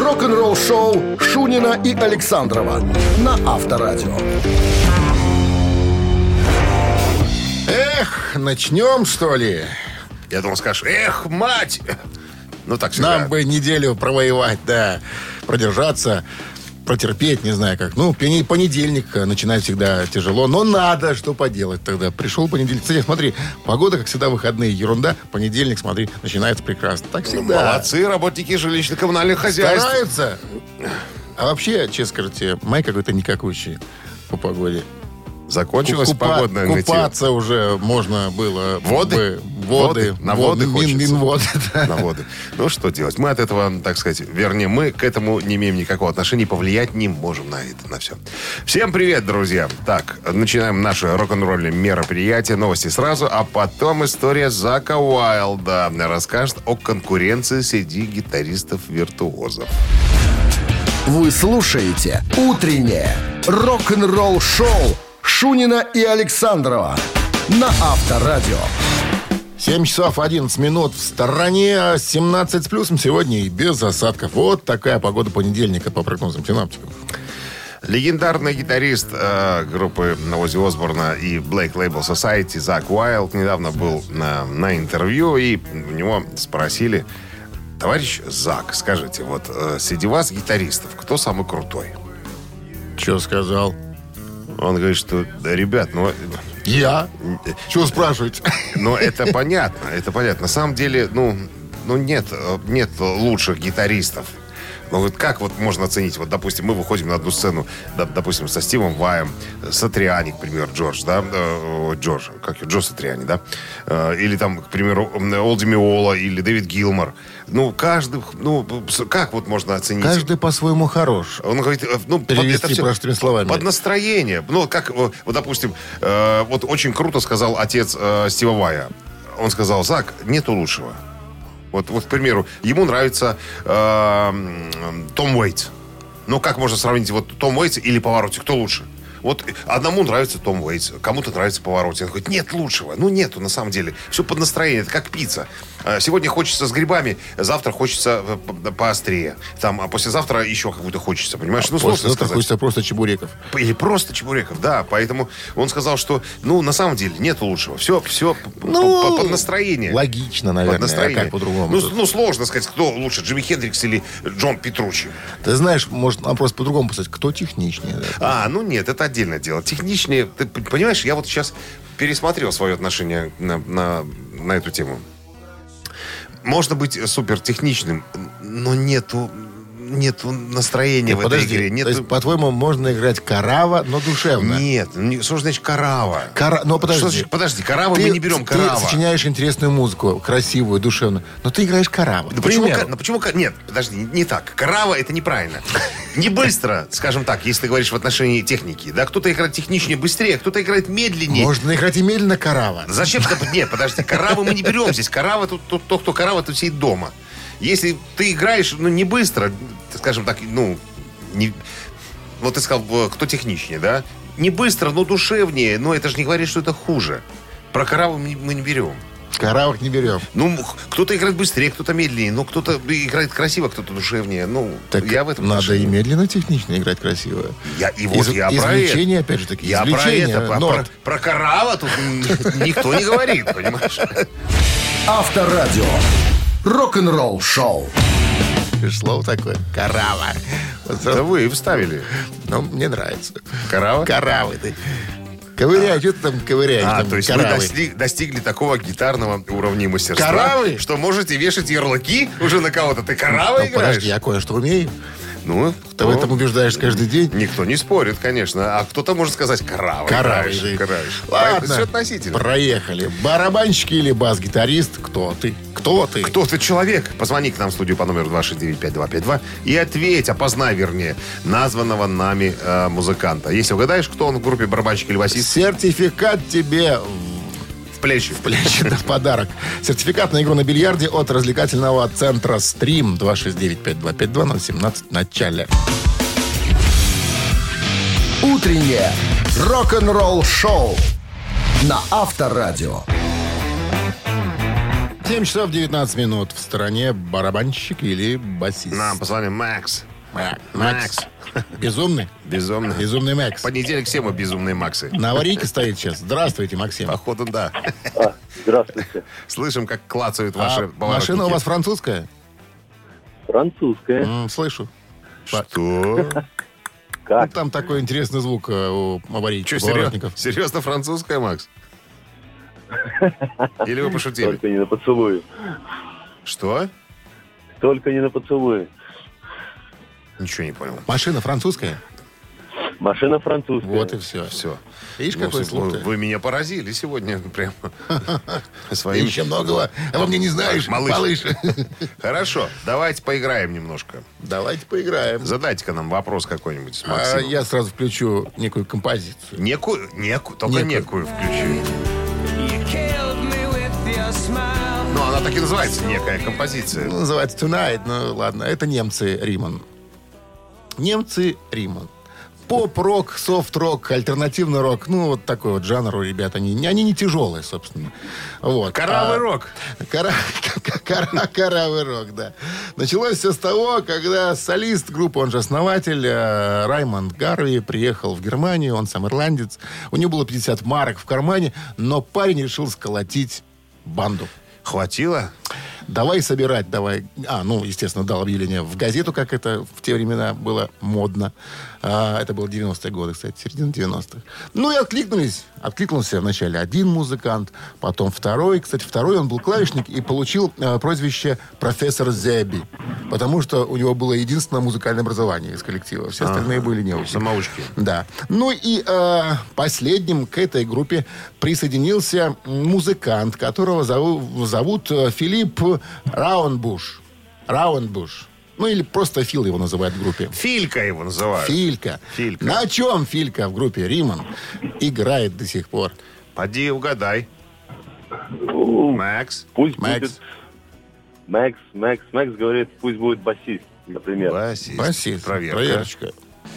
Рок-н-ролл-шоу Шунина и Александрова на Авторадио. Эх, начнем, что ли? Я думал, скажешь, эх, мать! Ну, так всегда. Нам бы неделю провоевать, да. Продержаться, протерпеть, не знаю как. Ну, понедельник начинать всегда тяжело, но надо, что поделать тогда. Пришел понедельник. Кстати, смотри, погода, как всегда, выходные, ерунда. Понедельник, смотри, начинается прекрасно. Так всегда. Молодцы работники жилищно-коммунальных хозяйств. Стараются. А вообще, честно скажите, май какой-то никакущий по погоде. Закончилась погодная нытье. Купаться уже можно было. Воды? Воды. На воды хочется. Минводы, да. На воды. Ну, что делать? Мы от этого, так сказать, вернее, мы к этому не имеем никакого отношения, повлиять не можем на это, на все. Всем привет, друзья. Так, начинаем наше рок-н-ролльное мероприятие. Новости сразу, а потом история Зака Уайлда расскажет о конкуренции среди гитаристов-виртуозов. Вы слушаете «Утреннее рок-н-ролл-шоу» Шунина и Александрова на Авторадио. 7 часов 11 минут в стороне, 17 с плюсом сегодня и без осадков. Вот такая погода понедельника по прогнозам синоптиков. Легендарный гитарист группы Оззи Осборна и Black Label Society Зак Уайлд недавно был на интервью, и у него спросили: товарищ Зак, скажите, вот среди вас, гитаристов, кто самый крутой? Че сказал? Он говорит, что, да, ребят, ну... Я? Чего спрашивать? Ну, это понятно, это понятно. На самом деле, нет лучших гитаристов. Но вот как вот можно оценить? Вот, допустим, мы выходим на одну сцену, допустим, со Стивом Ваем, Сатриани, к примеру, Джордж Сатриани, да? Или там, к примеру, Олди Миола или Дэвид Гилмор. Как вот можно оценить? Каждый по-своему хорош. Он говорит, перевести это простыми словами. Под настроение. Ну, как, вот, допустим, вот очень круто сказал отец Стива Вая. Он сказал: Зак, нету лучшего. Вот, к примеру, ему нравится Том Уэйтс. Ну, как можно сравнить вот Том Уэйтс или Паваротти? Кто лучше? Вот одному нравится Том Уэйтс, кому-то нравится Паваротти. Он говорит, нет лучшего. Ну, нету, на самом деле. Все под настроение. Это как пицца. Сегодня хочется с грибами, завтра хочется поострее. Там, а послезавтра еще какую-то хочется, понимаешь? Ну, сложно сказать. Хочется просто чебуреков. Или просто чебуреков, да. Поэтому он сказал, что, на самом деле, нет лучшего. Все под настроение. Логично, наверное. Под настроение. А как по-другому? Сложно сказать, кто лучше, Джимми Хендрикс или Джон Петруччи. Ты знаешь, может, нам просто по-другому поставить, кто техничнее. Да? Нет, это отдельное дело. Техничнее, ты понимаешь, я вот сейчас пересмотрел свое отношение на эту тему. Можно быть супер техничным, но нету настроения в этой игре. То есть, по-твоему, можно играть караво, но душевно? Нет. Что значит караво? Ну, подожди. Подожди, караво мы не берем, караво. Ты сочиняешь интересную музыку, красивую, душевную, но ты играешь караво. Почему? Нет, подожди, не так. Караво — это неправильно. Не быстро, скажем так, если ты говоришь в отношении техники. Да, кто-то играет техничнее, быстрее, кто-то играет медленнее. Можно играть и медленно караво. Зачем? Нет, подожди, караво мы не берем здесь. Караво тут кто караво, тут сидит дома. Если ты играешь, не быстро, скажем так, вот ты сказал, кто техничнее, да? Не быстро, но душевнее, но это же не говорит, что это хуже. Про караву мы не берем. Каравок не берем. Кто-то играет быстрее, кто-то медленнее, кто-то играет красиво, кто-то душевнее. Так я в этом надо отношении. И медленно, технично играть красиво. Я про это. Извлечение, опять же таки. Я про это. Про карава тут никто не говорит, понимаешь? Авторадио. Рок-н-ролл шоу. Слово такое. Карава. Это вы вставили. Мне нравится. Карава? Каравы ты. Ковыряй, что ты там ковыряешь? То есть каравы. вы достигли такого гитарного уровня мастерства. Каравы? Что можете вешать ярлыки уже на кого-то. Ты каравы играешь? Подожди, я кое-что умею. Ты в кто? этом убеждаешь каждый день. Никто не спорит, конечно. А кто-то может сказать каравы. Каравы. Ладно, все относительно. Проехали. Барабанщик или бас-гитарист? Кто ты? Кто ты, человек? Позвони к нам в студию по номеру 269-5252 и ответь, опознай, вернее, названного нами музыканта. Если угадаешь, кто он в группе, барабанщик или басист? Сертификат тебе в плечи. Да, в подарок. Сертификат на игру на бильярде от развлекательного центра «Стрим». 269-5252-017 в начале. Утреннее рок-н-ролл шоу на Авторадио. 7 часов 19 минут. В стороне барабанщик или басист. Нам позвонил Макс. Макс. Безумный? Безумный. Безумный Макс. Понедельник все мы безумные Максы. На аварийке стоит сейчас. Здравствуйте, Максим. Походу, да. Здравствуйте. Слышим, как клацают ваши поворотники. Машина у вас французская? Французская. Слышу. Что? Ну, Как? там такой интересный звук у аварийки. Что, серьезно французская, Макс? Или вы пошутили? Только не на поцелуи. Что? Только не на поцелуи. Ничего не понял. Машина французская? Машина французская. Вот и все. Все. Видишь, какой слух ты? Вы меня поразили сегодня прямо. Своим... Еще многого обо мне не знаешь, малыш. Хорошо, давайте поиграем немножко. Давайте поиграем. Задайте-ка нам вопрос какой-нибудь с Максимом. Я сразу включу некую композицию. Некую, только некую включи. Ну, она так и называется, некая композиция. Ну, называется Tonight, ну ладно. Это немцы Риман. Немцы Риман. Поп-рок, софт-рок, альтернативный рок. Ну, вот такой вот жанр у ребят. Они не тяжелые, собственно. Вот. Коравый рок. Коравый рок, да. Началось все с того, когда солист группы, он же основатель, Раймонд Гарви, приехал в Германию. Он сам ирландец. У него было 50 марок в кармане, но парень решил сколотить банду. Хватило? Давай собирать, давай. Естественно, дал объявление в газету, как это в те времена было модно. Это было 90-е годы, кстати, середина 90-х. Ну и откликнулся вначале один музыкант, потом второй. Кстати, второй, он был клавишник и получил прозвище профессор Зеби, потому что у него было единственное музыкальное образование из коллектива. Все остальные были неучи. Самоучки. Да. Ну и последним к этой группе присоединился музыкант, которого зовут Филипп Раундбуш. Ну, или просто Фил его называют в группе. Филька его называют. Филька. На чем Филька в группе Риман играет до сих пор? Поди угадай. Макс. Пусть Макс. будет... Макс говорит, пусть будет басист, например. Басист. Проверочка.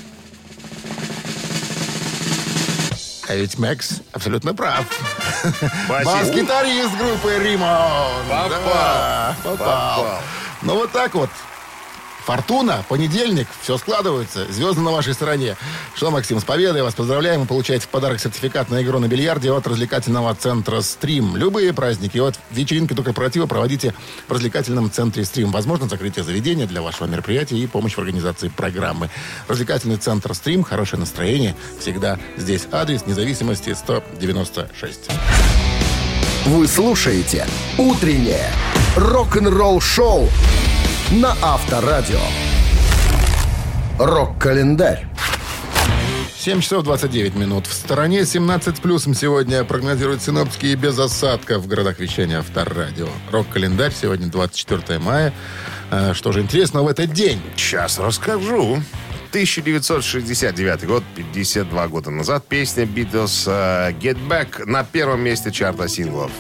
А ведь Макс абсолютно прав. Бас-гитарист группы Риман. Попал. Ну, вот так вот. Фортуна, понедельник, все складывается, звезды на вашей стороне. Что, Максим, с победой вас поздравляем. Вы получаете в подарок сертификат на игру на бильярде от развлекательного центра «Стрим». Любые праздники, от вечеринки до корпоратива проводите в развлекательном центре «Стрим». Возможно, закрытие заведения для вашего мероприятия и помощь в организации программы. Развлекательный центр «Стрим», хорошее настроение, всегда здесь. Адрес Независимости 196. Вы слушаете «Утреннее рок-н-ролл-шоу» на Авторадио. Рок-календарь. 7 часов 29 минут. В стороне 17 плюсом сегодня прогнозируют синоптики и без осадков в городах вещания Авторадио. Рок-календарь сегодня 24 мая. Что же интересного в этот день? Сейчас расскажу. 1969 год, 52 года назад, песня Beatles «Get Back» на первом месте чарта синглов.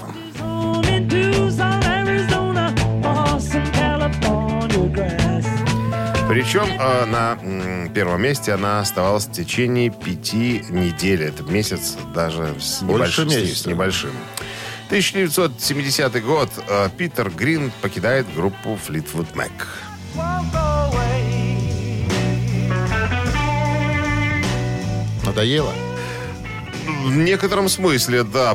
Причем на первом месте она оставалась в течение 5 недель. Это месяц даже с небольшим. 1970 год. Питер Грин покидает группу Fleetwood Mac. Надоело? В некотором смысле, да.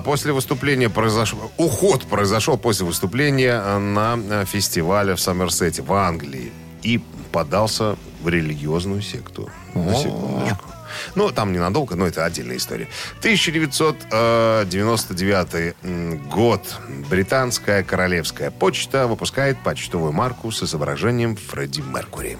Уход произошел после выступления на фестивале в Сомерсете в Англии. И подался в религиозную секту. На секундочку. Ну, там ненадолго, но это отдельная история. 1999 год. Британская королевская почта выпускает почтовую марку с изображением Фредди Меркьюри.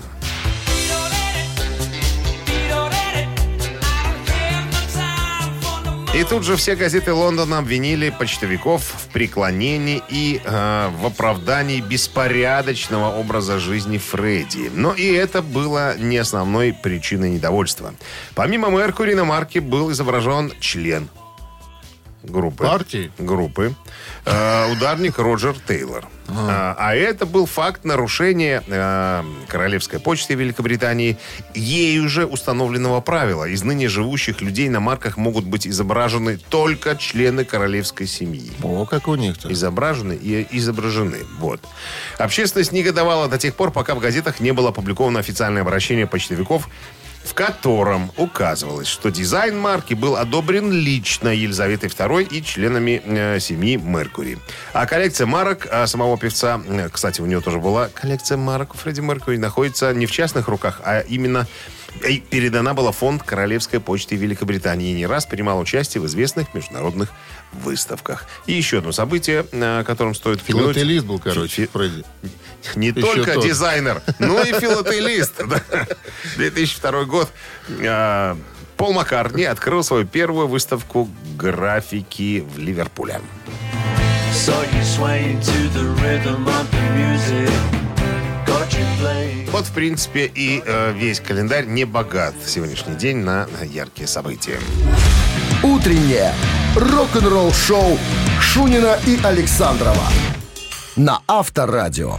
И тут же все газеты Лондона обвинили почтовиков в преклонении и в оправдании беспорядочного образа жизни Фредди. Но и это было не основной причиной недовольства. Помимо Меркьюри на марке был изображен член. группы. Партии? Группы. Ударник Роджер Тейлор. А это был факт нарушения Королевской почты Великобритании ею же установленного правила. Из ныне живущих людей на марках могут быть изображены только члены королевской семьи. О, как у них-то. Изображены и изображены. Вот. Общественность негодовала до тех пор, пока в газетах не было опубликовано официальное обращение почтовиков, в котором указывалось, что дизайн марки был одобрен лично Елизаветой II и членами семьи Меркури. А коллекция марок самого певца, кстати, у него тоже была коллекция марок у Фредди Меркури, находится не в частных руках, а именно передана была в фонд Королевской почты Великобритании и не раз принимал участие в известных международных выставках. И еще одно событие, о котором стоит упомянуть. Филателист был, короче, Фредди. Не Еще только тот. дизайнер, но и филателист. 2002 год. Пол Маккартни открыл свою первую выставку графики в Ливерпуле. Вот, в принципе, и весь календарь не богат сегодняшний день на яркие события. Утреннее рок-н-ролл-шоу Шунина и Александрова на Авторадио.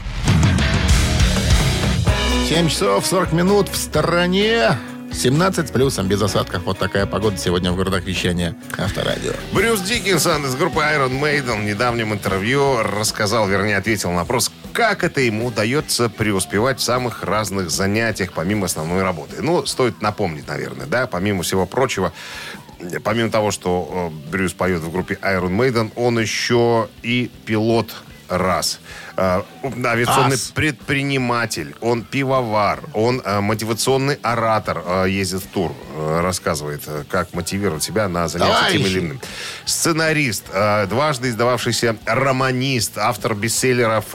7 часов 40 минут в стороне. 17 с плюсом, без осадков. Вот такая погода сегодня в городах вещания Авторадио. Брюс Диккенсон из группы Iron Maiden в недавнем интервью рассказал, вернее, ответил на вопрос, как это ему удается преуспевать в самых разных занятиях, помимо основной работы. Ну, стоит напомнить, наверное, да, помимо всего прочего, помимо того, что Брюс поет в группе Iron Maiden, он еще и пилот раз. Авиационный предприниматель, он пивовар, он мотивационный оратор, ездит в тур, рассказывает, как мотивировать себя на занятия тем или иным. Сценарист, дважды издававшийся романист, автор бестселлеров,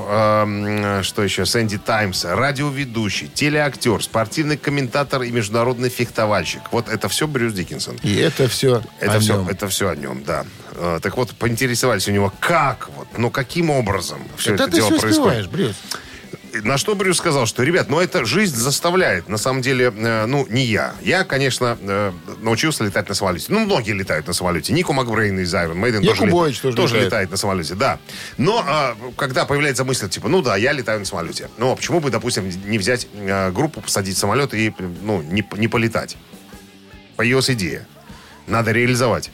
что еще, Сэнди Таймс, радиоведущий, телеактер, спортивный комментатор и международный фехтовальщик. Вот это все Брюс Диккенсон. И это все Это все о нем, да. Так вот, поинтересовались у него, как, вот, ну, каким образом все это дело происходит. Успеваешь, Брюс. На что Брюс сказал, что, ребят, ну, это жизнь заставляет. На самом деле, ну, не я. Я, конечно, научился летать на самолете. Ну, многие летают на самолете. Нико Макбрейн из Iron Maiden тоже летает на самолете, да. Но когда появляется мысль, типа, ну да, я летаю на самолете. Ну, а почему бы, допустим, не взять группу, посадить в самолет и, ну, не полетать? Появилась идея. Надо реализовать.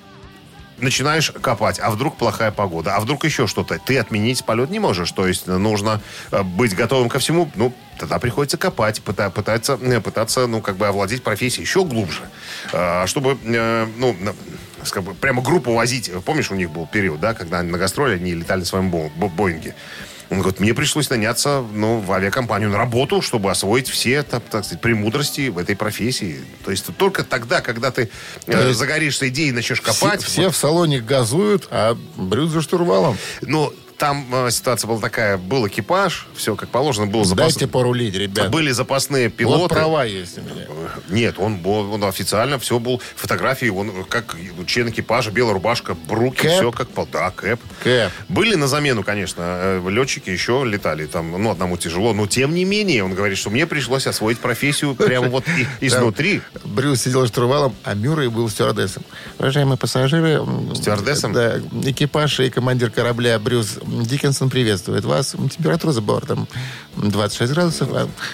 Начинаешь копать, а вдруг плохая погода, а вдруг еще что-то. Ты отменить полет не можешь, то есть нужно быть готовым ко всему. Ну, тогда приходится копать, пытаться, ну, как бы овладеть профессией еще глубже. Чтобы, ну, как бы прямо группу возить. Помнишь, у них был период, да, когда на гастроли они летали на своем Боинге. Он говорит, мне пришлось наняться, ну, в авиакомпанию на работу, чтобы освоить все, так сказать, премудрости в этой профессии. То есть только тогда, когда ты загоришься идеей и начнешь копать... Все в салоне газуют, а Брюс за штурвалом. Ну, там ситуация была такая, был экипаж, все как положено, был Дайте порулить, ребят. Были запасные пилоты. Вот права есть у меня. Нет, он официально, все был, фотографии, он как член экипажа, белая рубашка, бруки, Кэп? все как... Да, кэп. Были на замену, конечно, летчики еще летали, там, ну, одному тяжело, но тем не менее, он говорит, что мне пришлось освоить профессию прямо вот изнутри. Брюс сидел штурвалом, а Мюррей был стюардессом. Уважаемые пассажиры... Стюардессом? Да, экипаж и командир корабля Брюс Диккенсон приветствует вас. Температура за бортом 26 градусов.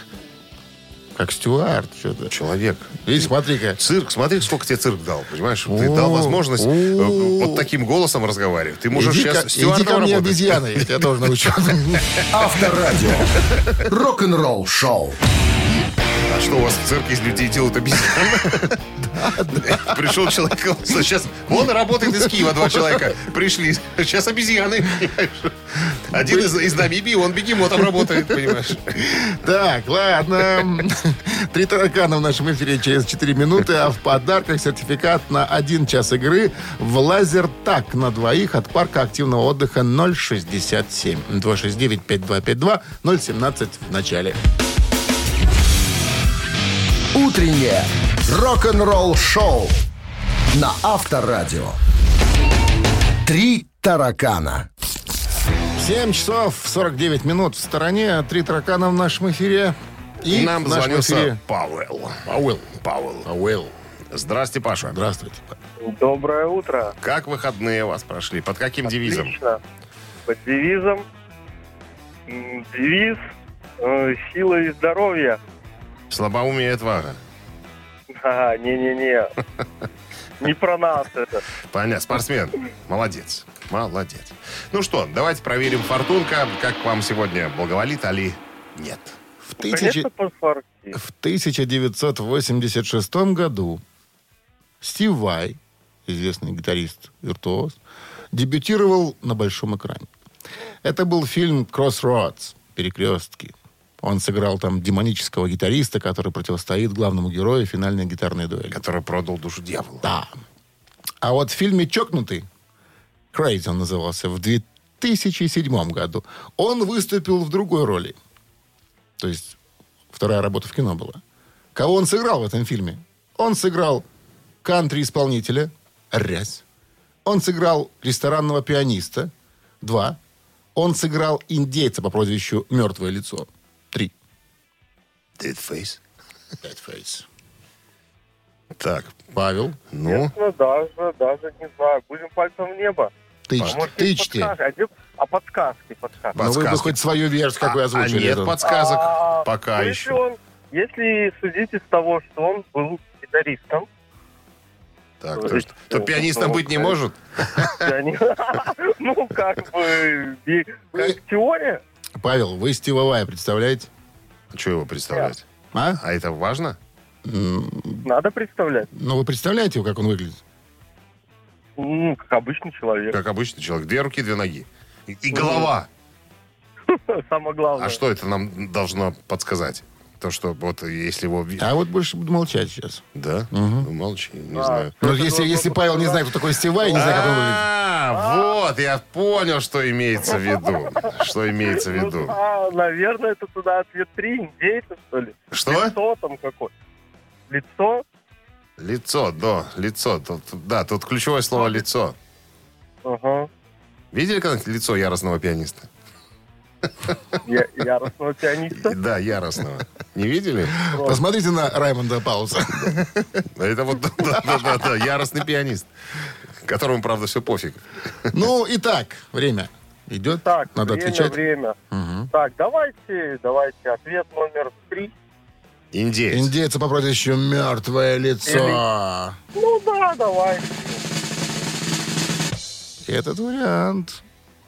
Как стюард. Что-то. Человек. Видишь, смотри-ка. Цирк. Смотри, сколько тебе цирк дал. Понимаешь? Ты дал возможность вот таким голосом разговаривать. Ты можешь сейчас стюардом иди ко мне, работать. обезьяна, я тебя тоже научу. Авторадио. Рок-н-ролл шоу. А что у вас в цирке из людей делают обезьян? Пришел человек, сейчас он работает из Киева, 2 человека пришли. Сейчас обезьяны. Один из Намибии, он бегемотом работает, понимаешь? Так, ладно. 3 таракана в нашем эфире через 4 минуты, а в подарках сертификат на 1 час игры в лазертаг на 2 от парка активного отдыха 067 269 5252 017 в начале. Утреннее рок-н-ролл-шоу на Авторадио. 3 таракана. 7 часов 49 минут в стороне. 3 таракана в нашем эфире. И нам в нашем звонился эфире Пауэлл. Пауэлл. Здрасте, Паша. Здравствуйте. Доброе утро. Как выходные у вас прошли? Под каким девизом? Отлично. Под девизом. Девиз «Сила и здоровье». Слабоумие и отвага. Не-не-не. Не про нас это. Понятно. Спортсмен. Молодец. Молодец. Ну что, давайте проверим фортунка. Как вам сегодня благоволит, али нет? Конечно, по-фарски. В 1986 году Стив Vai, известный гитарист-виртуоз, дебютировал на большом экране. Это был фильм «Crossroads», «Перекрестки». Он сыграл там демонического гитариста, который противостоит главному герою финальной гитарной дуэли. Который продал душу дьяволу. Да. А вот в фильме «Чокнутый», «Crazy» он назывался, в 2007 году, он выступил в другой роли. То есть вторая работа в кино была. Кого он сыграл в этом фильме? Он сыграл кантри-исполнителя, раз. Он сыграл ресторанного пианиста, два. Он сыграл индейца по прозвищу «Мертвое лицо», три. Deadface. Deadface. Так, Павел, ну, Честно, даже не знаю. Будем пальцем в небо. тычьте. Подсказки. Ну, вы бы хоть свою версию какую озвучили. нет эту. подсказок пока Ну, еще. Если судить из того, что он был гитаристом, Так, то то, есть, то пианистом быть не может? ну, как бы, как теория. Павел, вы Стива Вая представляете? Что его представлять? А? А это важно? Надо представлять. Ну, вы представляете, как он выглядит? Ну, как обычный человек. Как обычный человек. 2 руки, 2 ноги. И голова. Самое главное. А что это нам должно подсказать? То, что вот если его... А вот больше буду молчать сейчас. Да? Ну, молчи, не знаю. Ну, если Павел не знает, кто такой Стив Вай, не знает, как он выглядит. Вот, я понял, что имеется в виду. Что имеется в виду. Наверное, это туда ответ 3. Индейцы, что ли? Что? Лицо там какое? Лицо? Лицо, да, лицо. Да, тут ключевое слово «лицо». Ага. Видели когда-нибудь лицо яростного пианиста? Яростного пианиста? Да, яростного. Не видели? Посмотрите на Раймонда Пауза. Это вот, да, яростный пианист. Которому, правда, все пофиг. Ну, итак, время идет. Так, Надо отвечать. время. Мгм. Так, давайте ответ номер 3. Индеец. Индейца по прозвищу «Мертвое лицо». Ну да, давай. Этот вариант.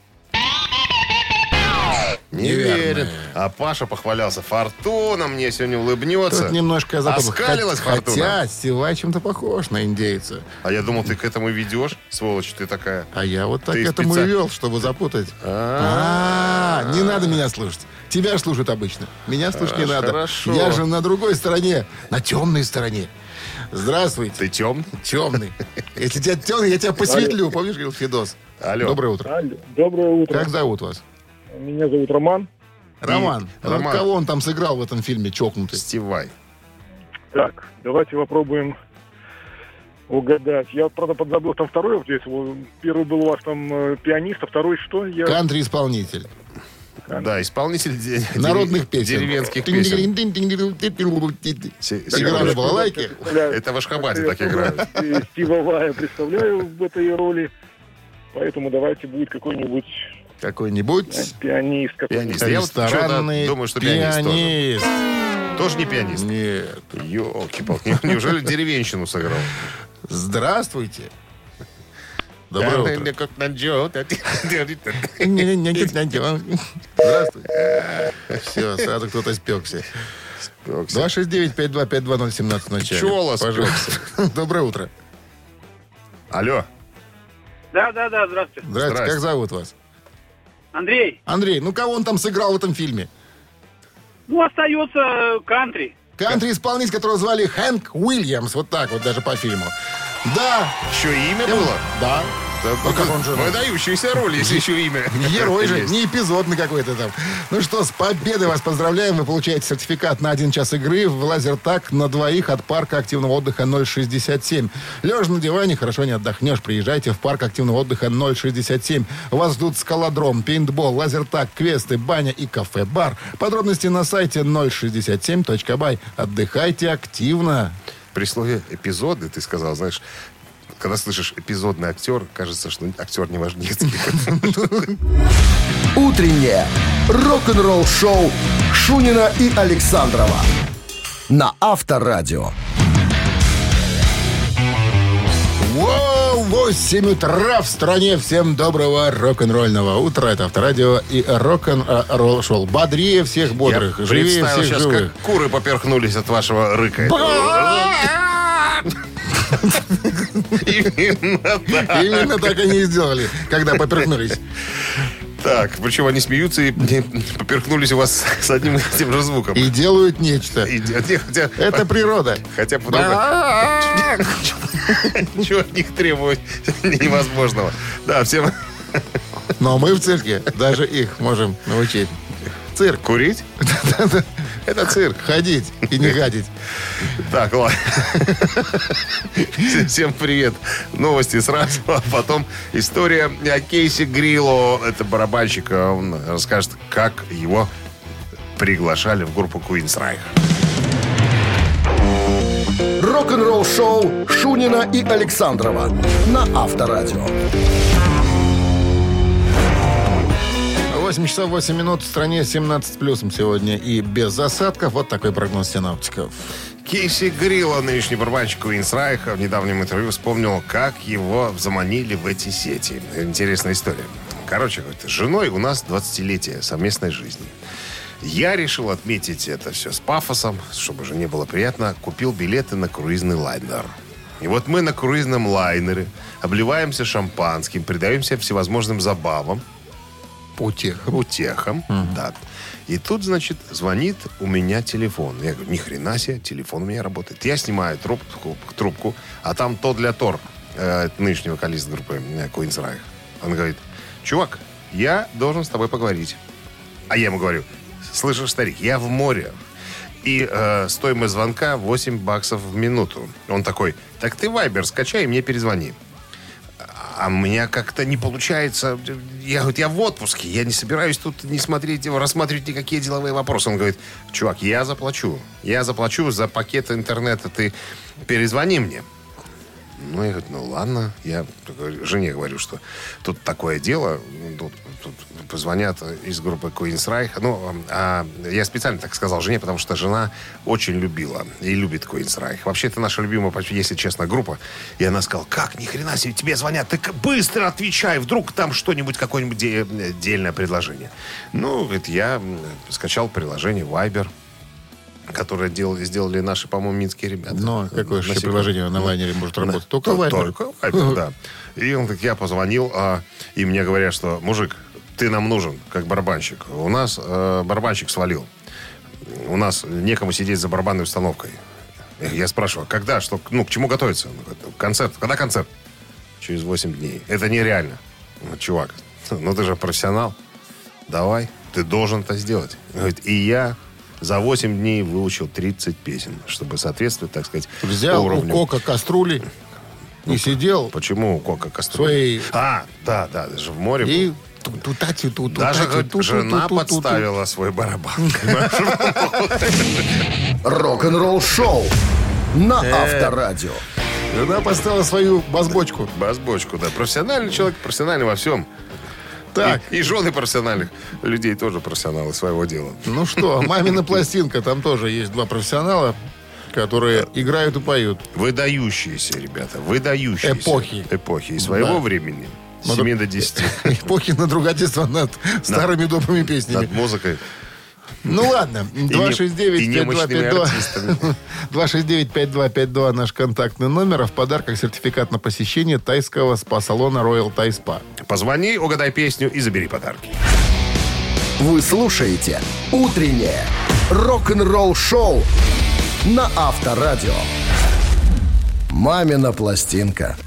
Не Неверно. верит. А Паша похвалялся. Фортуна мне сегодня улыбнется. Тут немножко запутал. Оскалилась Фортуна. Хотя Стив Вай чем-то похож на индейца. А я думал, ты к этому ведешь, сволочь ты такая. А я вот так Ты к этому и специально- вел, чтобы запутать. Не надо меня слушать. Тебя ж слушают обычно. Меня слушать не надо. Хорошо. Я же на другой стороне, на темной стороне. Здравствуйте. Ты темный? Темный. Если тебя темный, я тебя посветлю. Помнишь, говорил Федос? Алло. Доброе утро. Доброе утро. Как зовут вас? Меня зовут Роман. Роман. Роман. Вот кого он там сыграл в этом фильме «Чокнутый»? Стив Вай. Так, давайте попробуем угадать. Я, правда, подзабыл там второй. Вот здесь, первый был у вас там пианист, а второй что? Я... Кантри-исполнитель. Да, исполнитель народных песен. Деревенских песен. Так играли балалайки. Это в Ашхабаде так играют. Стива Вая представляю в этой роли. Поэтому давайте будет какой-нибудь Какой-нибудь пианист. Пианист. Я вот что-то ресторанный думаю, что пианист тоже. пианист. Тоже не пианист? Нет. Ёлки-палки. Неужели деревенщину сыграл? Здравствуйте. Доброе утро. Здравствуйте. Все, сразу кто-то спекся. 269-5252017 в начале. Пчела Пожалуйста. Доброе утро. Алло. Да, здравствуйте. Здравствуйте. Как зовут вас? Андрей, Андрей, ну кого он там сыграл в этом фильме? ну остается кантри. Кантри-исполнитель, которого звали Хэнк Уильямс. Вот так вот даже по фильму. Да. Еще имя было? Да. Ну, как он же, ну, Выдающаяся роль, если еще имя. Герой же, есть. не эпизодный какой-то там. Ну что, с победой вас поздравляем. Вы получаете сертификат на 1 час игры в лазертаг на двоих от парка активного отдыха 067. Лежа на диване, хорошо не отдохнешь. Приезжайте в парк активного отдыха 067. Вас ждут скалодром, пейнтбол, лазертаг, квесты, баня и кафе-бар. Подробности на сайте 067.by. Отдыхайте активно. при слове «эпизоды» ты сказал, знаешь, когда слышишь «эпизодный актер», кажется, что актер не важнее. Утреннее рок-н-ролл-шоу Шунина и Александрова на Авторадио. 8 утра в стране. Всем доброго рок-н-ролльного утра. Это Авторадио и рок-н-ролл шоу. Бодрее всех бодрых, Я живее представил всех сейчас, живых. как куры поперхнулись от вашего рыка. Именно так они и сделали, когда поперхнулись. Так, причем они смеются и поперхнулись у вас с одним и тем же звуком. И делают нечто. Это природа. Хотя чего от них требовать невозможного. Да, всем... Но мы в цирке даже их можем научить. Цирк. Курить? Это цирк. Ходить и не гадить. Так, ладно. Всем привет. Новости сразу, а потом история о Кейси Грилло. Это барабанщик. Он расскажет, как его приглашали в группу Queensryche. Рок-н-ролл-шоу Шунина и Александрова на Авторадио. 8 часов 8 минут. В стране 17 плюсом сегодня и без осадков. Вот такой прогноз синоптиков. Кейси Грилло, нынешний барабанщик Queensryche, в недавнем интервью вспомнил, как его заманили в эти сети. Интересная история. Короче, говорит, с женой у нас 20-летие совместной жизни. Я решил отметить это все с пафосом, чтобы жене было приятно. Купил билеты на круизный лайнер. И вот мы на круизном лайнере обливаемся шампанским, предаемся всевозможным забавам. Утехам. Да. И тут, значит, звонит у меня телефон. Я говорю, ни хрена себе, телефон у меня работает. Я снимаю трубку, а там Тодд Ля-Тор, нынешний вокалист группы Queensryche. Он говорит, чувак, я должен с тобой поговорить. А я ему говорю, слышишь, старик, я в море. И стоимость звонка $8 в минуту. Он такой, так ты Viber скачай и мне перезвони. А у меня как-то не получается. Я в отпуске, я не собираюсь тут рассматривать никакие деловые вопросы. Он говорит, чувак, я заплачу за пакет интернета, ты перезвони мне. Ну, я говорю, ну ладно. Я жене говорю, что тут такое дело. Тут позвонят из группы Queensryche. Ну, я специально так сказал жене, потому что жена очень любила и любит Queensryche. Вообще, это наша любимая, если честно, группа. И она сказала, как, ни хрена себе, тебе звонят, ты быстро отвечай, вдруг там что-нибудь, какое-нибудь дельное предложение. Ну, говорит, я скачал приложение Viber, которое сделали наши, по-моему, минские ребята. Но какое же приложение на лайнере может работать? Только Viber. Только Viber, да. И он так, я позвонил, и мне говорят, что, мужик, ты нам нужен, как барабанщик. У нас барабанщик свалил. У нас некому сидеть за барабанной установкой. Я спрашиваю, когда, что, к чему готовиться? Концерт. Когда концерт? Через 8 дней. Это нереально. Чувак, ты же профессионал. Давай, ты должен это сделать. Говорит, и я за 8 дней выучил 30 песен, чтобы соответствовать, так сказать, взял уровню. У Кока кастрюли и сидел. Почему у Кока каструли? Да, это же в море и был. Даже жена подставила свой барабан. Рок-н-ролл-шоу на Авторадио. Жена поставила свою басбочку. Басбочку, да. Профессиональный человек, профессиональный во всем. Так. И жены профессиональных людей тоже профессионалы своего дела. Ну что, «Мамина пластинка». Там тоже есть два профессионала, которые играют и поют. Выдающиеся, ребята. Выдающиеся. Эпохи. И своего времени. С 7 до 10. Эпохи надругательства над старыми добрыми песнями. Над музыкой. Ну ладно. 269-5252. 269-5252 наш контактный номер. А в подарках сертификат на посещение тайского спа-салона Royal Thai Spa. Позвони, угадай песню и забери подарки. Вы слушаете «Утреннее рок-н-ролл-шоу» на Авторадио. «Мамина пластинка».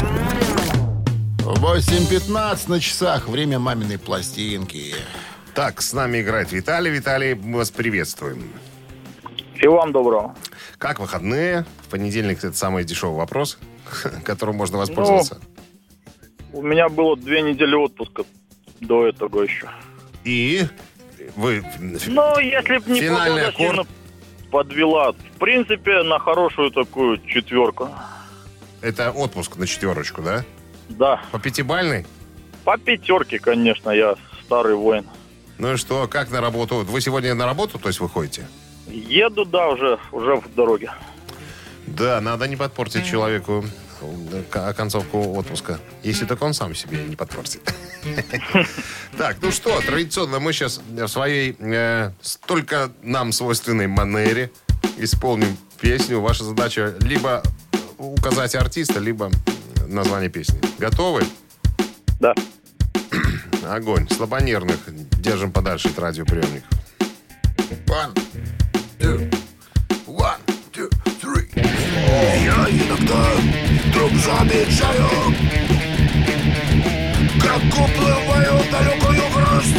8:15 на часах. Время «Маминой пластинки». Так, с нами играет Виталий. Виталий, мы вас приветствуем. Всего вам доброго. Как выходные? В понедельник это самый дешевый вопрос, которым можно воспользоваться. У меня было 2 недели отпуска до этого еще. И вы... Если б не финальный погода аккорд. сильно... подвела. В принципе, на хорошую такую 4. Это отпуск на 4, да? Да. По 5-бальной? По 5, конечно, я старый воин. Ну и что, как на работу? Вы сегодня на работу, то есть, выходите? Еду, да, уже в дороге. Да, надо не подпортить человеку концовку отпуска. Если только он сам себе не подпортит. Так, ну что, традиционно мы сейчас в своей только нам свойственной манере исполним песню. Ваша задача либо указать артиста, либо название песни. Готовы? Да. Огонь. Слабонервных держим подальше от радиоприемников. 1, 2, 1, 2, 3. Я иногда вдруг замечаю, как уплываю в далекую грусть.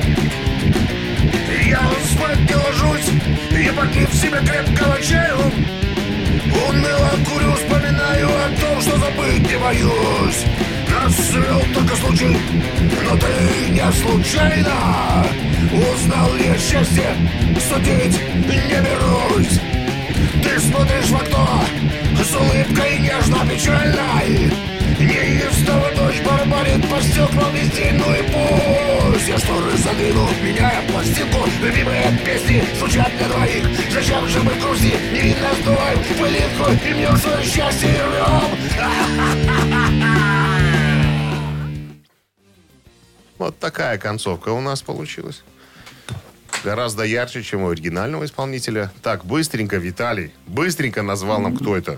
Я спать не ложусь, и попив себе крепкого чаю, уныло курю, вспоминаю о том, что забыть не боюсь. Нас свел только случай, но ты не случайно. Узнал ли счастье, судить не берусь. Ты смотришь в окно с улыбкой нежно-печальной. Неистово дождь барабанит по стеклам весь день, ну и пусть. Я шторы задвину, меняя пластинку. Любимые песни звучат для двоих. Зачем же мы в грусти невинно сдуваем пылинку и мнем свое счастье и рвем? Вот такая концовка у нас получилась. Гораздо ярче, чем у оригинального исполнителя. Так, быстренько, Виталий, быстренько назвал нам, кто это.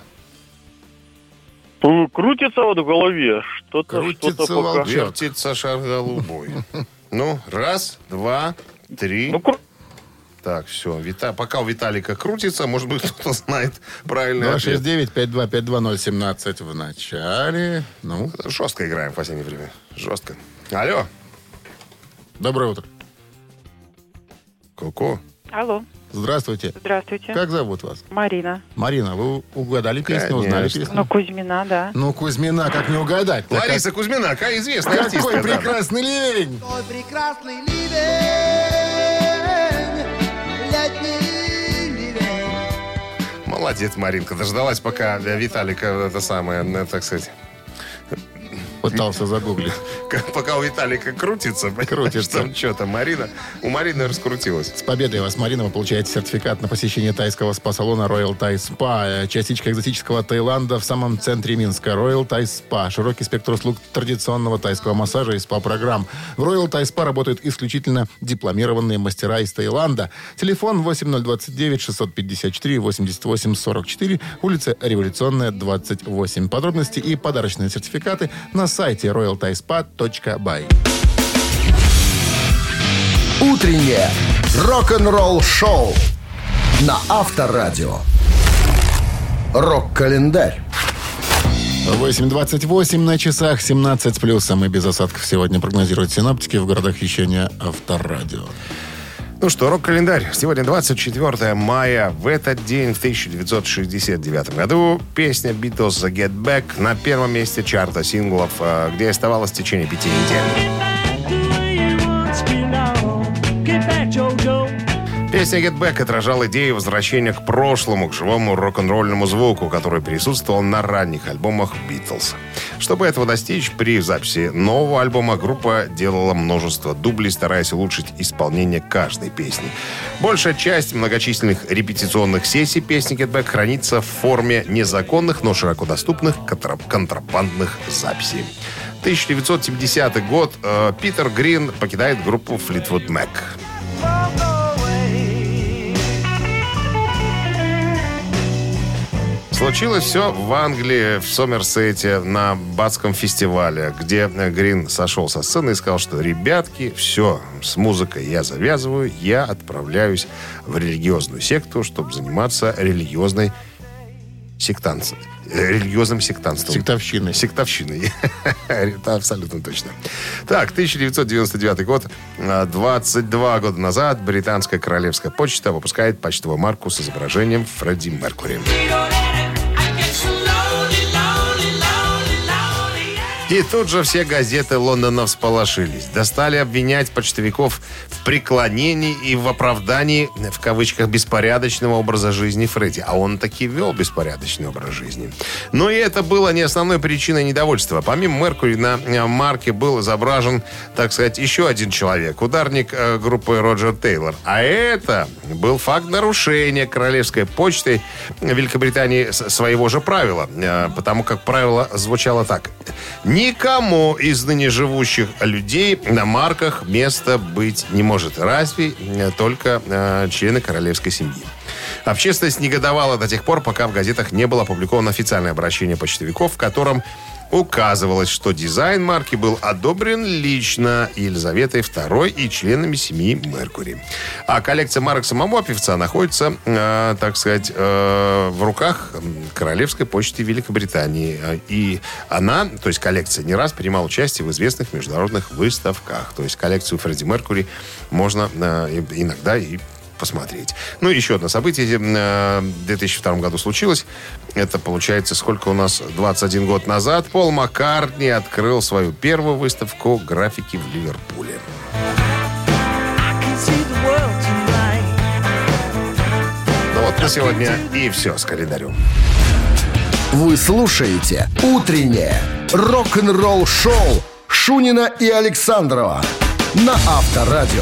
Крутится вот в голове. Крутится что-то пока. волчок. Вертится шар голубой. Ну, 1, 2, 3. Ну, Так, все. Пока у Виталика крутится, может быть, кто-то знает правильный ответ. 269-5252017 в начале. Ну, Жестко играем в последнее время. Жестко. Алло. доброе утро. Ку-ку. Алло, Здравствуйте. здравствуйте. Как зовут вас? Марина. Марина, вы угадали песню, Конечно. узнали песню? Ну, Кузьмина, да. Ну, Кузьмина, как не угадать? Лариса Кузьмина, какая известная артистка. Какой да. прекрасный ливень! Ой, прекрасный ливень, летний ливень. Молодец, Маринка. Дождалась, пока Виталика, это самое, так сказать... Пытался загуглить. Пока у Виталика крутится. Там что-то. У Марины раскрутилась. С победой вас, Марина, вы получаете сертификат на посещение тайского спа-салона Royal Thai Spa. Частичка экзотического Таиланда в самом центре Минска. Royal Thai Spa. Широкий спектр услуг традиционного тайского массажа и спа-программ. В Royal Thai Spa работают исключительно дипломированные мастера из Таиланда. Телефон 8029-654-88-44, улица Революционная, 28. Подробности и подарочные сертификаты на сайте royalthaispa.by. Утреннее рок-н-ролл-шоу на Авторадио. Рок-календарь. 8:28 на часах, 17 с плюсом и без осадков сегодня прогнозируют синоптики в городах вещания Авторадио. Ну что, рок-календарь. Сегодня 24 мая. В этот день, в 1969 году, песня Beatles «The Get Back» на первом месте чарта синглов, где оставалось в течение 5 недель. Песня «Get Back» отражала идею возвращения к прошлому, к живому рок-н-ролльному звуку, который присутствовал на ранних альбомах «Битлз». Чтобы этого достичь, при записи нового альбома группа делала множество дублей, стараясь улучшить исполнение каждой песни. Большая часть многочисленных репетиционных сессий песни «Get Back» хранится в форме незаконных, но широко доступных контрабандных записей. 1970 год. Питер Грин покидает группу Fleetwood Mac. Случилось все в Англии, в Сомерсете, на Батском фестивале, где Грин сошел со сцены и сказал, что, ребятки, все, с музыкой я завязываю, я отправляюсь в религиозную секту, чтобы заниматься религиозным сектантством. Сектовщиной. Сектовщиной. Это абсолютно точно. Так, 1999 год. 22 года назад британская королевская почта выпускает почтовую марку с изображением Фредди Меркьюри. И тут же все газеты Лондона всполошились. Стали обвинять почтовиков в преклонении и в оправдании, в кавычках, беспорядочного образа жизни Фредди. А он таки вел беспорядочный образ жизни. Но и это было не основной причиной недовольства. Помимо Меркури на марке был изображен, так сказать, еще один человек. Ударник группы Роджер Тейлор. А это был факт нарушения Королевской почты Великобритании своего же правила. Потому как правило звучало так. Никому из ныне живущих людей на марках места быть не может. Разве только члены королевской семьи. Общественность негодовала до тех пор, пока в газетах не было опубликовано официальное обращение почтовиков, в котором указывалось, что дизайн марки был одобрен лично Елизаветой II и членами семьи Меркури. А коллекция марок самого певца находится, так сказать, в руках Королевской почты Великобритании. И она, то есть коллекция, не раз принимала участие в известных международных выставках. То есть коллекцию Фредди Меркури можно иногда и посмотреть. Ну, еще одно событие в 2002 году случилось. Это, получается, сколько у нас? 21 год назад Пол Маккартни открыл свою первую выставку граффити в Ливерпуле. Ну вот на сегодня и все с календарем. Вы слушаете «Утреннее рок-н-ролл-шоу» Шунина и Александрова на Авторадио.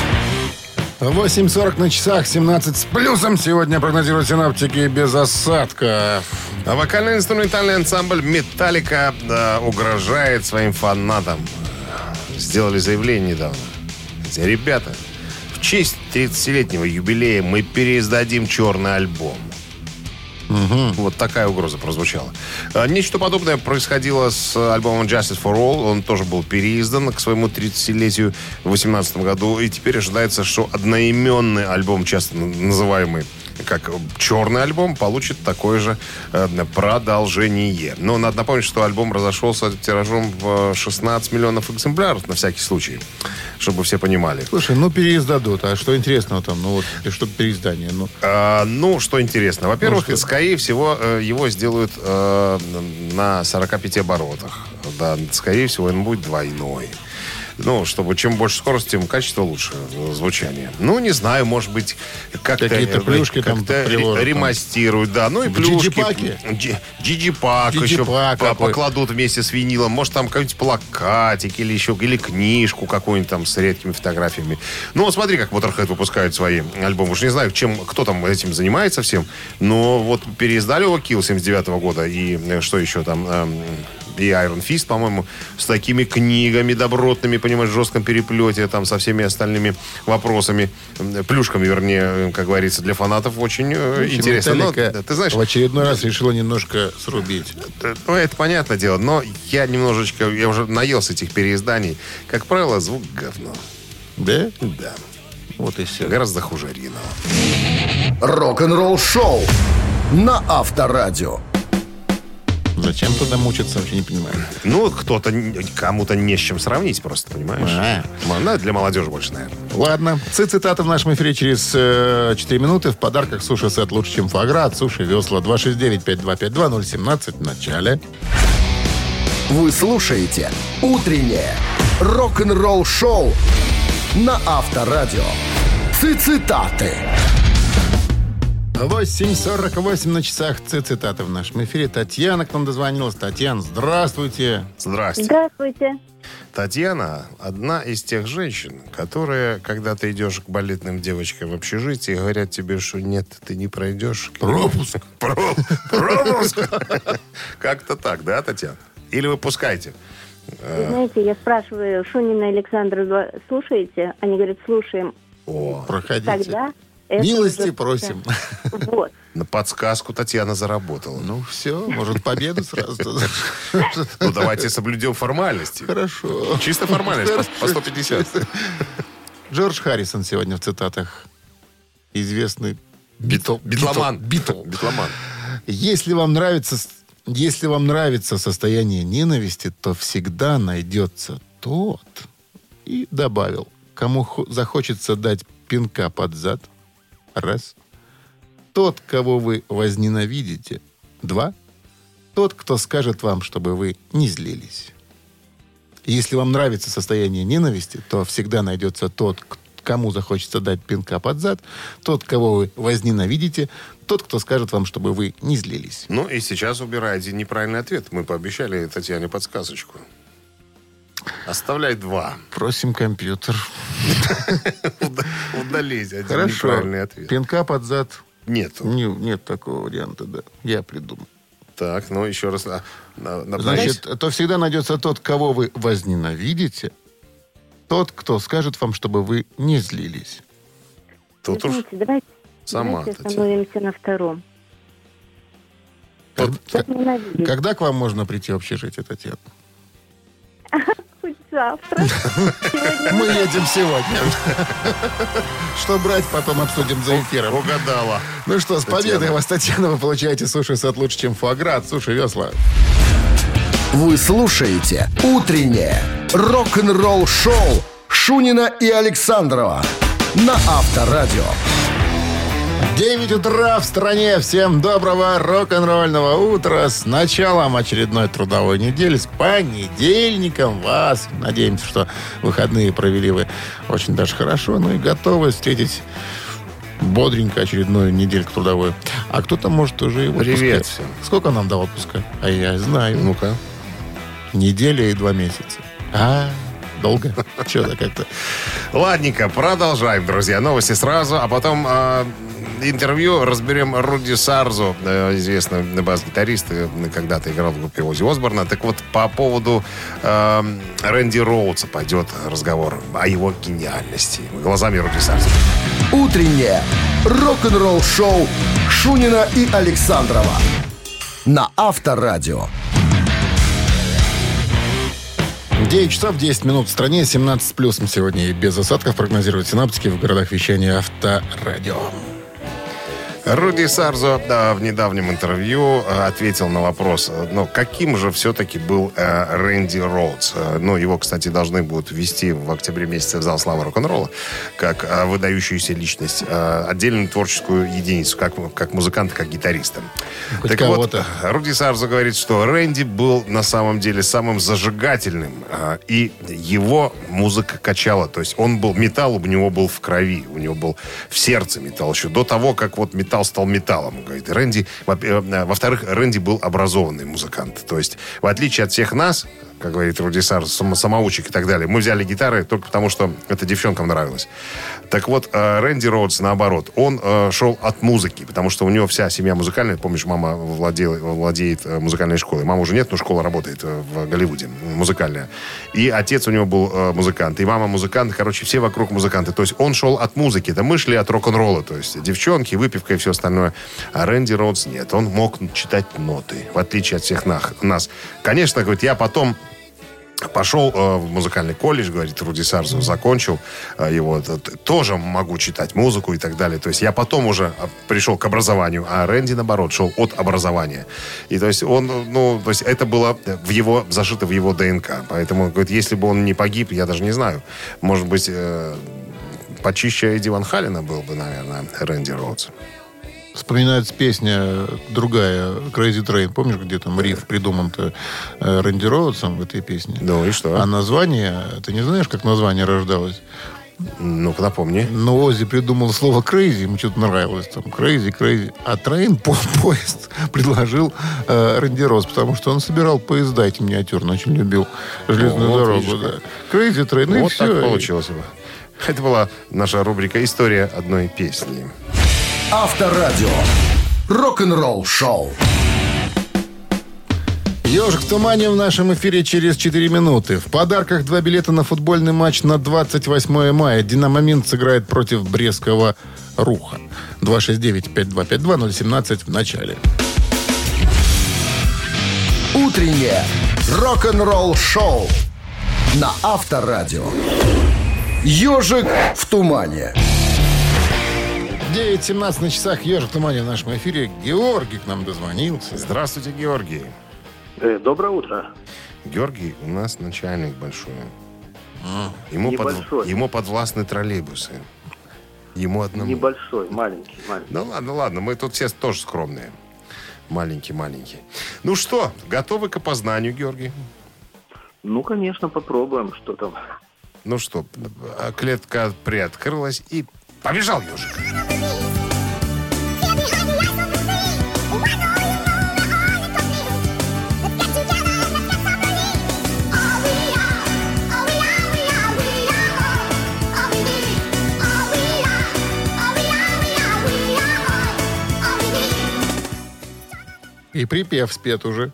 8:40 на часах, 17 с плюсом. Сегодня прогнозируют синоптики без осадка. А вокально-инструментальный ансамбль «Металлика» угрожает своим фанатам. Сделали заявление недавно. Ребята, в честь 30-летнего юбилея мы переиздадим черный альбом. Угу. Вот такая угроза прозвучала. Нечто подобное происходило с альбомом Justice for All. Он тоже был переиздан к своему 30-летию в 2018 году. И теперь ожидается, что одноименный альбом, часто называемый как черный альбом, получит такое же продолжение. Но надо напомнить, что альбом разошелся тиражом в 16 миллионов экземпляров, на всякий случай, чтобы все понимали. Слушай, ну переиздадут. А что интересного там? Ну вот, что переиздание? Ну, что интересно. Во-первых, скорее всего, его сделают на 45 оборотах. Да, скорее всего, он будет двойной. Ну, чтобы чем больше скорость, тем качество лучше звучания. Ну, не знаю, может быть, как-то какие-то плюшки как-то ремастируют, да. Ну и плюшки. Диджипак еще покладут вместе с винилом. Может, там какой-нибудь плакатик или еще, или книжку какую-нибудь там с редкими фотографиями. Ну, смотри, как Motorhead выпускают свои альбомы. Уж не знаю, кто там этим занимается всем. Но вот переиздали его Kill 79-го года. И что еще там... и Iron Fist, по-моему, с такими книгами добротными, понимаешь, в жестком переплете, там, со всеми остальными вопросами, плюшками, вернее, как говорится, для фанатов очень интересно. Но, ты знаешь, в очередной раз решила немножко срубить. Ну, это понятное дело, но я уже наелся этих переизданий. Как правило, звук говно. Да? Да. Вот и все. Гораздо хуже оригинала. Рок-н-ролл-шоу на Авторадио. Зачем туда мучиться, вообще не понимаю. Ну, кому-то не с чем сравнить просто, понимаешь? Для молодежи больше, наверное. Ладно. Цитата в нашем эфире через 4 минуты. В подарках суши-сет «Лучше, чем фуагра» от Суши Весла. 269-5252-017 в начале. Вы слушаете «Утреннее рок-н-ролл-шоу» на Авторадио. Цитаты. 8:48 на часах. Цитаты в нашем эфире. Татьяна к нам дозвонилась. Татьяна, здравствуйте. Здравствуйте. Здравствуйте. Татьяна одна из тех женщин, которые, когда ты идешь к балетным девочкам в общежитии, говорят тебе, что нет, ты не пройдешь. Пропуск. Пропуск. Как-то так, да, Татьяна? Или вы пускаете? Вы знаете, я спрашиваю, Шунина и Александра слушаете? Они говорят, слушаем. О, проходите. Тогда милости просим. Вот. На подсказку Татьяна заработала. Ну, все, может, победу сразу. Ну, давайте соблюдем формальности. Хорошо. Чисто формальность, по 150. Джордж Харрисон сегодня в цитатах. Известный битломан. Битломан. Если вам нравится состояние ненависти, то всегда найдется тот. И добавил, кому захочется дать пинка под зад. Раз. Тот, кого вы возненавидите. Два. Тот, кто скажет вам, чтобы вы не злились. Если вам нравится состояние ненависти, то всегда найдется тот, кому захочется дать пинка под зад, тот, кого вы возненавидите, тот, кто скажет вам, чтобы вы не злились. Ну и сейчас убирайте неправильный ответ. Мы пообещали Татьяне подсказочку. Оставляй 2. Просим компьютер. Удалить один Хорошо. неправильный ответ. Пинка под зад. Нету. Нет такого варианта, да. Я придумал. Так, ну еще раз. Значит, то всегда найдется тот, кого вы возненавидите, тот, кто скажет вам, чтобы вы не злились. Тут уж Давайте сама остановимся на втором. Когда к вам можно прийти в общежитие, Татьяна? Хоть завтра. Мы едем сегодня. Что брать, потом обсудим за эфиром. Угадала. Ну что, с победой вас, Татьяна, вы получаете суши-сет лучше, чем фуагра от Суши Весла. Вы слушаете «Утреннее рок-н-ролл-шоу» Шунина и Александрова на Авторадио. 9 утра в стране. Всем доброго рок-н-ролльного утра. С началом очередной трудовой недели. С понедельником вас. Надеемся, что выходные провели вы очень даже хорошо. Ну и готовы встретить бодренько очередную недельку трудовую. А кто-то может уже и в отпуске. Привет всем. Сколько нам до отпуска? А я знаю. Ну-ка. Неделя и 2 месяца. Долго? Что-то как-то. Ладненько, продолжаем, друзья. Новости сразу, а потом интервью разберем Руди Сарзу, известный бас-гитарист, когда-то играл в группе Оззи Осборна. Так вот, по поводу Рэнди Роудса пойдет разговор о его гениальности. Глазами Руди Сарза. Утреннее рок-н-ролл-шоу Шунина и Александрова на Авторадио. 9 часов 10 минут в стране, 17 с плюсом сегодня и без осадков прогнозируют синаптики в городах вещания Авторадио. Руди Сарзо в недавнем интервью ответил на вопрос, каким же все-таки был Рэнди Роудс. Его, кстати, должны будут ввести в октябре месяце в зал славы рок-н-ролла как выдающуюся личность, отдельную творческую единицу, как музыканта, как гитариста. Хоть так кого-то. вот, Руди Сарзо говорит, что Рэнди был на самом деле самым зажигательным, и его музыка качала. То есть металл у него был в крови, у него был в сердце металл еще до того, как металл стал металлом, говорит Рэнди. Во-вторых, Рэнди был образованный музыкант. То есть, в отличие от всех нас, как говорит Руди Сарз, самоучек и так далее, мы взяли гитары только потому, что это девчонкам нравилось. Так вот, Рэнди Роудс, наоборот, он шел от музыки, потому что у него вся семья музыкальная. Помнишь, мама владеет музыкальной школой. Мамы уже нет, но школа работает в Голливуде, музыкальная. И отец у него был музыкант, и мама музыкант. Короче, все вокруг музыканты. То есть, он шел от музыки. Это мы шли от рок-н-ролла. То есть, девчонки, выпивка и все остальное. А Рэнди Роудс нет. Он мог читать ноты, в отличие от всех нас. Конечно, говорит, я потом пошел в музыкальный колледж, говорит Руди Сарзо, закончил его, тоже могу читать музыку и так далее. То есть я потом уже пришел к образованию, а Рэнди, наоборот, шел от образования. И то есть это было зашито в его ДНК. Поэтому, говорит, если бы он не погиб, я даже не знаю, может быть, почище Эдди Ван Халена был бы, наверное, Рэнди Роудс. Вспоминается песня другая, Crazy Train. Помнишь, где там риф придуман-то Рэнди Роудсом в этой песне? Ну и что? А название, ты не знаешь, как название рождалось? Ну-ка, напомни. Оззи придумал слово crazy, ему что-то нравилось. Там crazy. А Train, поезд, предложил Рэнди Роудс, потому что он собирал поезда эти миниатюрные, очень любил железную дорогу. Да. Crazy Train, вот так получилось. Это была наша рубрика «История одной песни». Авторадио. Рок-н-ролл шоу. «Ежик в тумане» в нашем эфире через 4 минуты. В подарках 2 билета на футбольный матч на 28 мая. «Динамо Минск» сыграет против Брестского Руха. 269-5252-017 в начале. Утреннее рок-н-ролл шоу на Авторадио. «Ежик в тумане». 9:17 на часах. «Ежик в тумане» в нашем эфире. Георгий к нам дозвонился. Здравствуйте, Георгий. Доброе утро. Георгий у нас начальник большой. Ему подвластны троллейбусы. Ему одному. Небольшой, маленький. Ну ладно, мы тут все тоже скромные. Маленький. Ну что, готовы к опознанию, Георгий? Ну, конечно, попробуем, что там. Ну что, клетка приоткрылась и побежал ежик. И припев спет уже.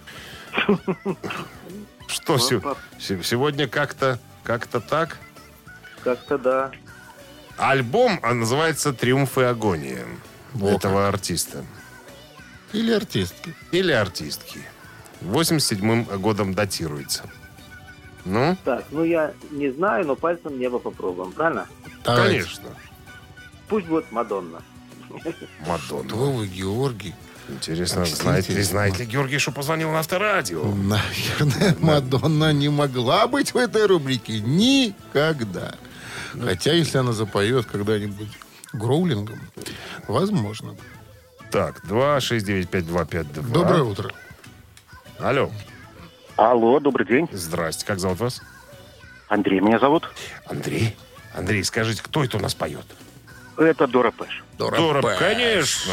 Что сегодня как-то так? Как-то да. Альбом называется «Триумф и агония» этого артиста. Или артистки. Или артистки. 87-м годом датируется. Ну? Так, я не знаю, но пальцем небо попробуем, правильно? Давайте. Конечно. Пусть будет Мадонна. Мадонна. Что вы, Георгий? Интересно, знаете ли Георгий, что позвонил на Авторадио? Наверное, Мадонна не могла быть в этой рубрике никогда. Хотя, если она запоет когда-нибудь гроулингом, возможно. Так, 269-5252. Доброе утро. Алло. Алло, добрый день. Здрасте, как зовут вас? Андрей меня зовут. Андрей? Андрей, скажите, кто это у нас поет? Это Дора Пэш. Дора, конечно.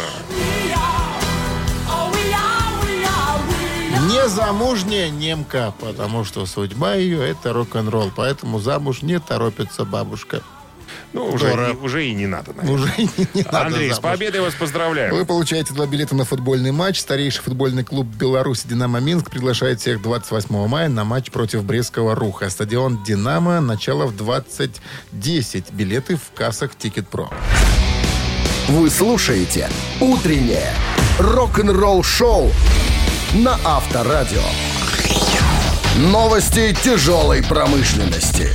Незамужняя немка, потому что судьба ее — это рок-н-ролл. Поэтому замуж не торопится бабушка. Ну, уже и не надо, наверное. Уже не надо. Андрей, замуж. с победой вас поздравляем. Вы получаете 2 билета на футбольный матч. Старейший футбольный клуб Беларуси «Динамо Минск» приглашает всех 28 мая на матч против Брестского Руха. Стадион «Динамо». Начало в 20:10. Билеты в кассах «Тикет.Про». Вы слушаете «Утреннее рок-н-ролл-шоу» на Авторадио. Новости тяжелой промышленности.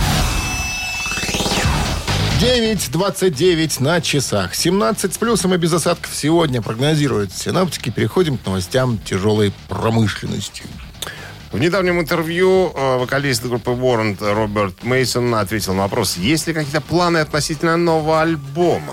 9:29 на часах. 17 с плюсом и без осадков сегодня прогнозируют синоптики. Переходим к новостям тяжелой промышленности. В недавнем интервью вокалист группы Warrant Роберт Мейсон ответил на вопрос, есть ли какие-то планы относительно нового альбома.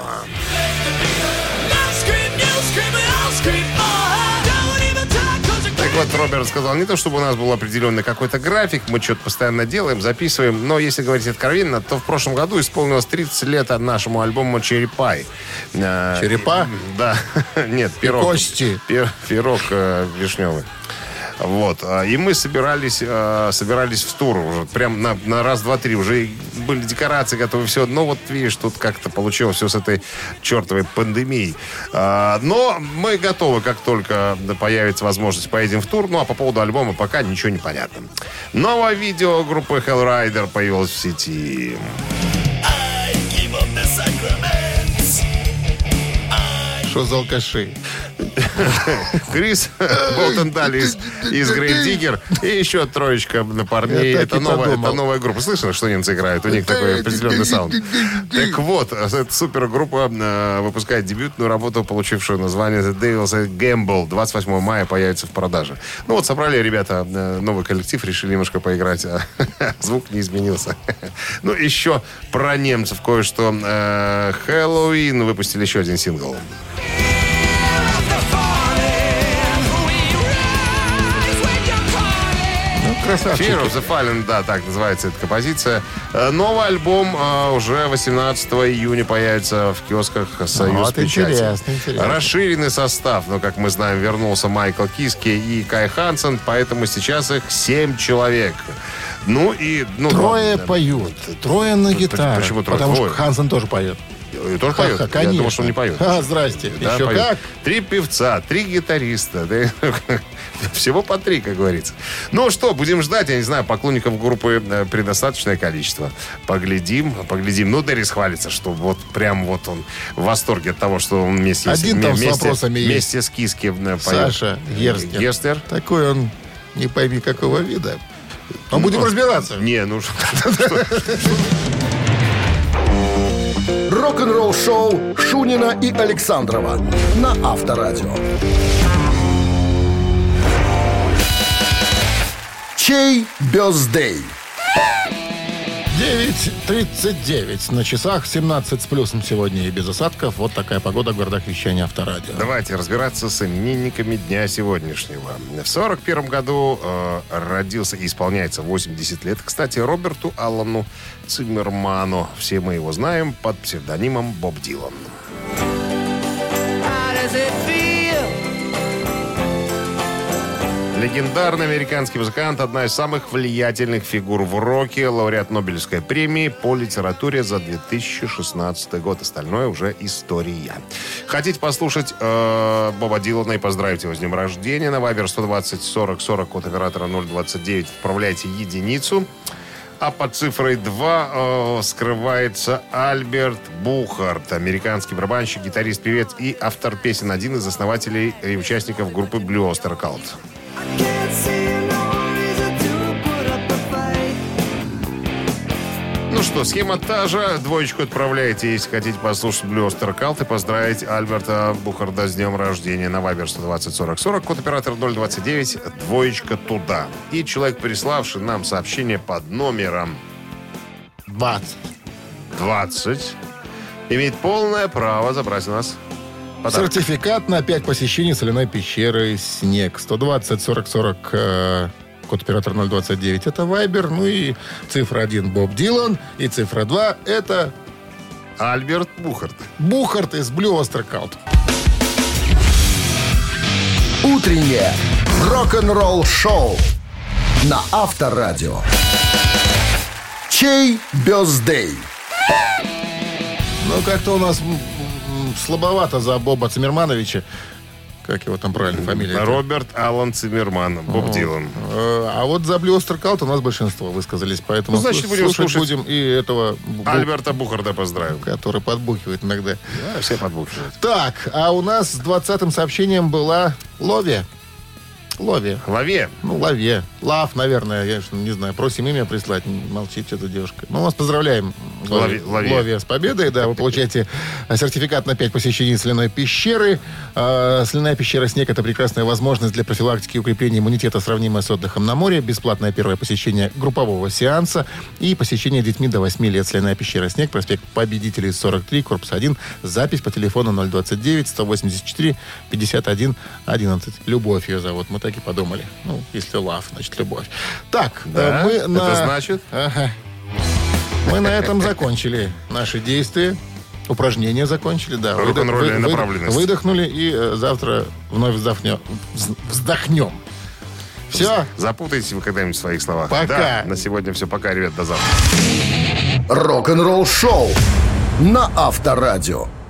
Так вот, Роберт сказал, не то чтобы у нас был определенный какой-то график, мы что-то постоянно делаем, записываем, но если говорить откровенно, то в прошлом году исполнилось 30 лет нашему альбому «Черри Пай». Черепа? Да. Нет, пирог. Кости. Пирог вишневый. Вот. И мы собирались в тур уже. Прям на раз, два, три. Уже были декорации готовы, все. Но вот видишь, тут как-то получилось все с этой чертовой пандемией. Но мы готовы, как только появится возможность, поедем в тур. Ну, а по поводу альбома пока ничего не понятно. Новое видео группы Hellrider появилось в сети. Что за алкаши? Крис Болтендаль из Grave Digger и еще троечка парней. Это новая группа. Слышно, что немцы играют? У них такой определенный саунд. Так вот, эта супергруппа выпускает дебютную работу, получившую название The Devil's Gamble. 28 мая появится в продаже. Ну вот, собрали ребята новый коллектив, решили немножко поиграть, а звук не изменился. Ну, еще про немцев кое-что. Хэллоуин выпустили еще один сингл. Красавчики. Fear of the Fallen, да, так называется эта композиция. Новый альбом уже 18 июня появится в киосках «Союз Печати». Интересно. Расширенный состав, но, как мы знаем, вернулся Майкл Киски и Кай Хансен, поэтому сейчас их 7 человек. Трое поют, трое на гитаре. Почему трое? Потому что Хансен тоже поет. И тоже поет? Конечно. Я думал, что он не поет. Здрасте. Да, еще поет. как? 3 певца, 3 гитариста. Всего по 3, как говорится. Ну что, будем ждать. Я не знаю, поклонников группы предостаточное количество. Поглядим. Ну, Дэрис хвалится, что вот прям вот он в восторге от того, что он вместе с Киски поет. Саша Герстер. Такой он, не пойми какого вида. Но будем разбираться. Не, ну что. Рок-н-ролл-шоу Шунина и Александрова на Авторадио. Чей бёздей? 9:39 на часах, 17 с плюсом сегодня и без осадков. Вот такая погода в городах вещания Авторадио. Давайте разбираться с именинниками дня сегодняшнего. В 41 году родился и исполняется 80 лет, кстати, Роберту Аллану Циммерману. Все мы его знаем под псевдонимом Боб Дилан. Легендарный американский музыкант, одна из самых влиятельных фигур в роке, лауреат Нобелевской премии по литературе за 2016 год. Остальное уже история. Хотите послушать Боба Дилана и поздравить его с днем рождения? На Viber 120 40 40, код оператора 029, отправляйте единицу. А под цифрой 2 скрывается Альберт Бухард, американский барабанщик, гитарист, певец и автор песен, один из основателей и участников группы Blue Oyster Cult. Ну что, схема та же. Двоечку отправляете, если хотите послушать Blue Oyster Cult и поздравить Альберта Бухарда с днем рождения. На Viber 120 40 40, код оператора 029, двоечка туда. И человек, приславший нам сообщение под номером 20, имеет полное право забрать у нас подарок. Сертификат на 5 посещений соляной пещеры «Снег». 120 40 40, код оператора 029, это Вайбер. Ну и цифра 1 Боб Дилан. И цифра 2 это Альберт Бухард. Бухард из Blue Oyster Cult. Утреннее рок-н-ролл-шоу на Авторадио. Чей бёздей? Ну, как-то у нас слабовато за Боба Циммермановича. Как его там правильно фамилия? Роберт Аллан Циммерман, Боб Дилан. А вот за Blue Oyster Cult у нас большинство высказались, поэтому значит, будем слушать будем и этого Альберта Бухарда поздравим. Который подбухивает иногда. Да, все подбухивают. Так, а у нас с 20-м сообщением была Лове. Лове. Ну, Лове. Лав, наверное, я не знаю. Просим имя прислать. Молчит эта девушка. Мы вас поздравляем, Лове, с победой. Да, вы получаете сертификат на 5 посещений соляной пещеры. Соляная пещера «Снег» — это прекрасная возможность для профилактики и укрепления иммунитета, сравнимая с отдыхом на море. Бесплатное первое посещение группового сеанса и посещение детьми до 8 лет. Соляная пещера «Снег», проспект Победителей, 43, корпус 1. Запись по телефону 029 184 51 11. Любовь ее зовут. Мы так и подумали. Ну, если лав, значит любовь. Так, да, мы на... Это значит? Ага. Мы на этом закончили наши действия. Упражнения закончили, да. Рок-н-ролльная направленность. Выдохнули и завтра вновь вздохнем. Все. Запутаетесь вы когда-нибудь в своих словах. Пока. Да, на сегодня все. Пока, ребят, до завтра. Рок-н-ролл шоу на Авторадио.